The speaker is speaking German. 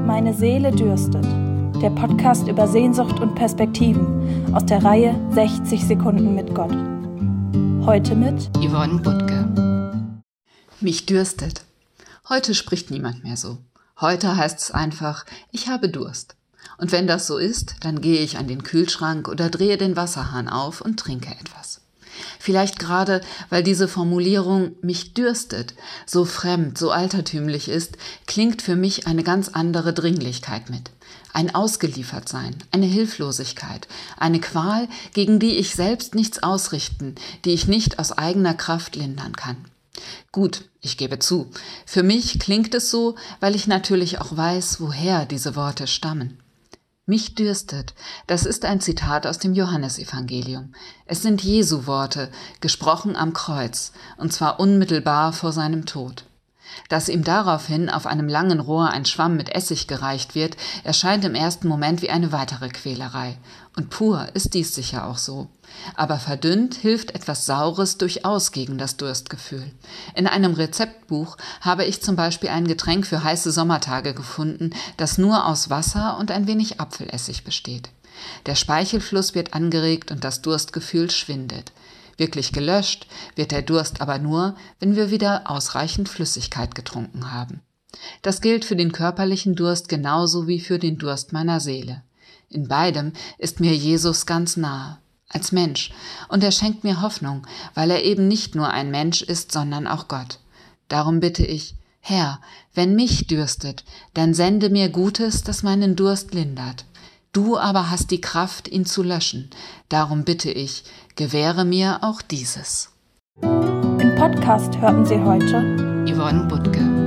Meine Seele dürstet. Der Podcast über Sehnsucht und Perspektiven aus der Reihe 60 Sekunden mit Gott. Heute mit Yvonne Butke. Mich dürstet. Heute spricht niemand mehr so. Heute heißt es einfach, ich habe Durst. Und wenn das so ist, dann gehe ich an den Kühlschrank oder drehe den Wasserhahn auf und trinke etwas. Vielleicht gerade, weil diese Formulierung mich dürstet so fremd, so altertümlich ist, klingt für mich eine ganz andere Dringlichkeit mit. Ein Ausgeliefertsein, eine Hilflosigkeit, eine Qual, gegen die ich selbst nichts ausrichten, die ich nicht aus eigener Kraft lindern kann. Gut, ich gebe zu, für mich klingt es so, weil ich natürlich auch weiß, woher diese Worte stammen. Mich dürstet, das ist ein Zitat aus dem Johannesevangelium. Es sind Jesu Worte, gesprochen am Kreuz, und zwar unmittelbar vor seinem Tod. Dass ihm daraufhin auf einem langen Rohr ein Schwamm mit Essig gereicht wird, erscheint im ersten Moment wie eine weitere Quälerei. Und pur ist dies sicher auch so. Aber verdünnt hilft etwas Saures durchaus gegen das Durstgefühl. In einem Rezeptbuch habe ich zum Beispiel ein Getränk für heiße Sommertage gefunden, das nur aus Wasser und ein wenig Apfelessig besteht. Der Speichelfluss wird angeregt und das Durstgefühl schwindet. Wirklich gelöscht wird der Durst aber nur, wenn wir wieder ausreichend Flüssigkeit getrunken haben. Das gilt für den körperlichen Durst genauso wie für den Durst meiner Seele. In beidem ist mir Jesus ganz nahe, als Mensch, und er schenkt mir Hoffnung, weil er eben nicht nur ein Mensch ist, sondern auch Gott. Darum bitte ich, Herr, wenn mich dürstet, dann sende mir Gutes, das meinen Durst lindert. Du aber hast die Kraft, ihn zu löschen. Darum bitte ich, gewähre mir auch dieses. Im Podcast hörten Sie heute Yvonne Butke.